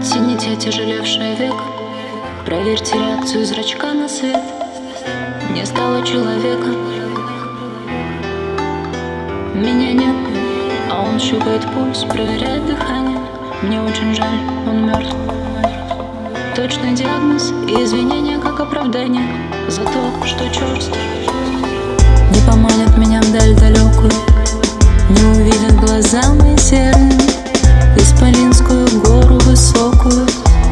Оцените тяжелевшее веко, проверьте реакцию зрачка на свет. Не стало человека, меня нет, а он щупает пульс, проверяет дыхание. Мне очень жаль, он мертв. Точный диагноз и извинения как оправдание за то, что черст. Не поманит меня вдаль далекую, не увидят глаза мои серые исполинскую гору высокую.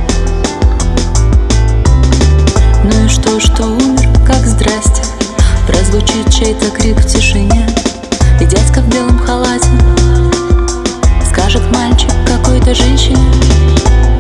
Ну и что умер, как здрасте, прозвучит чей-то крик в тишине, и дядька в белом халате скажет мальчик какой-то женщине: